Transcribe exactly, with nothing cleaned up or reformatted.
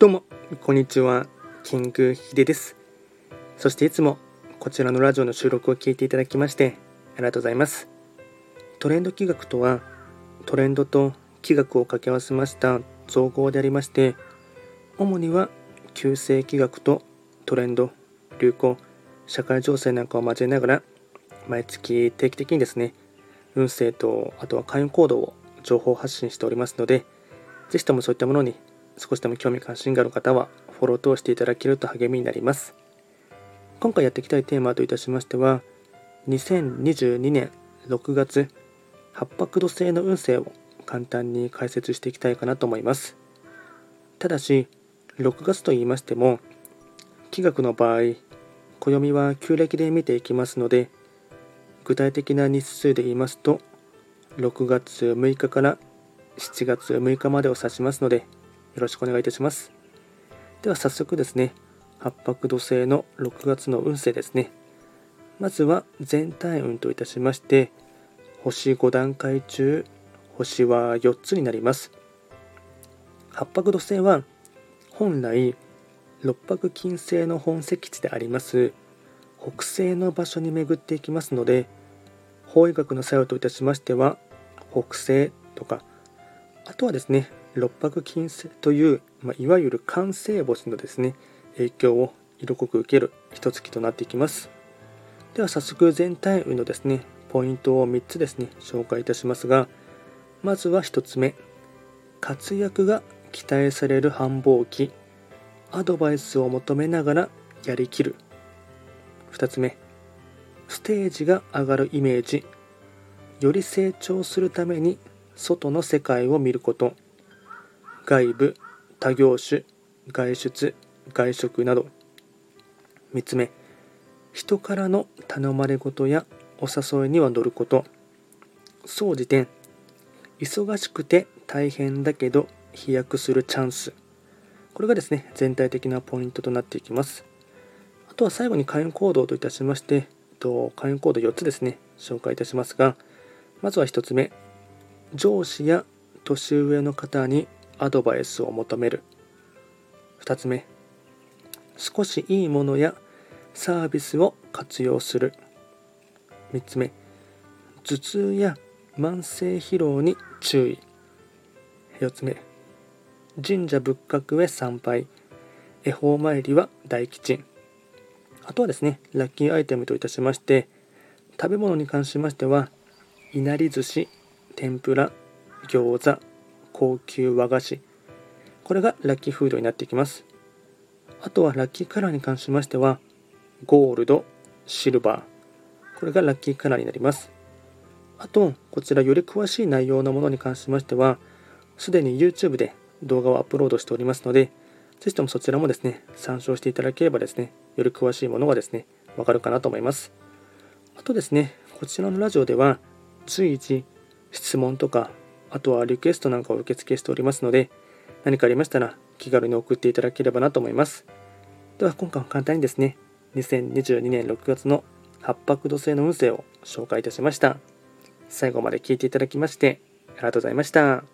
どうもこんにちは、キングヒデです。そしていつもこちらのラジオの収録を聞いていただきましてありがとうございます。トレンド企画とは、トレンドと企画を掛け合わせました造語でありまして、主には旧世企画とトレンド、流行、社会情勢なんかを交えながら毎月定期的にですね、運勢とあとは開運行動を情報発信しておりますので、ぜひともそういったものに少しでも興味関心がある方はフォロー等していただけると励みになります。今回やっていきたいテーマといたしましては、にせんにじゅうにねんろくがつ八白土星の運勢を簡単に解説していきたいかなと思います。ただしろくがつと言いましても、気学の場合暦は旧暦で見ていきますので、具体的な日数で言いますとろくがつむいかからしちがつむいかまでを指しますので、よろしくお願いいたします。では早速ですね、八白土星のろくがつの運勢ですね。まずは全体運といたしまして、星ごだんかい中星はよっつになります。八白土星は本来六白金星の本石地であります北西の場所に巡っていきますので、方位学の作用といたしましては北西とか、あとはですね六白金星という、まあ、いわゆる環星星のですね影響を色濃く受ける一月となっていきます。では早速全体運のですねポイントをみっつですね紹介いたしますが、まずはひとつめ、活躍が期待される繁忙期、アドバイスを求めながらやりきる。ふたつめ、ステージが上がるイメージ、より成長するために外の世界を見ること、外部、他業種、外出、外食など。みっつめ、人からの頼まれ事やお誘いには乗ること。総じて忙しくて大変だけど飛躍するチャンス。これがですね全体的なポイントとなっていきます。あとは最後に開運行動といたしまして、開運行動よっつですね紹介いたしますが、まずはひとつめ、上司や年上の方にアドバイスを求める。ふたつめ、少しいいものやサービスを活用する。みっつめ、頭痛や慢性疲労に注意。よっつめ、神社仏閣へ参拝、恵方参りは大吉。あとはですねラッキーアイテムといたしまして、食べ物に関しましてはいなり寿司、天ぷら、餃子、高級和菓子、これがラッキーフードになっていきます。あとはラッキーカラーに関しましてはゴールド、シルバー、これがラッキーカラーになります。あとこちらより詳しい内容のものに関しましてはすでに YouTube で動画をアップロードしておりますので、ぜひともそちらもですね参照していただければですね、より詳しいものがですねわかるかなと思います。あとですね、こちらのラジオでは随時質問とか、あとはリクエストなんかを受付しておりますので、何かありましたら気軽に送っていただければなと思います。では今回は簡単にですねにせんにじゅうにねんろくがつの八白土星の運勢を紹介いたしました。最後まで聞いていただきましてありがとうございました。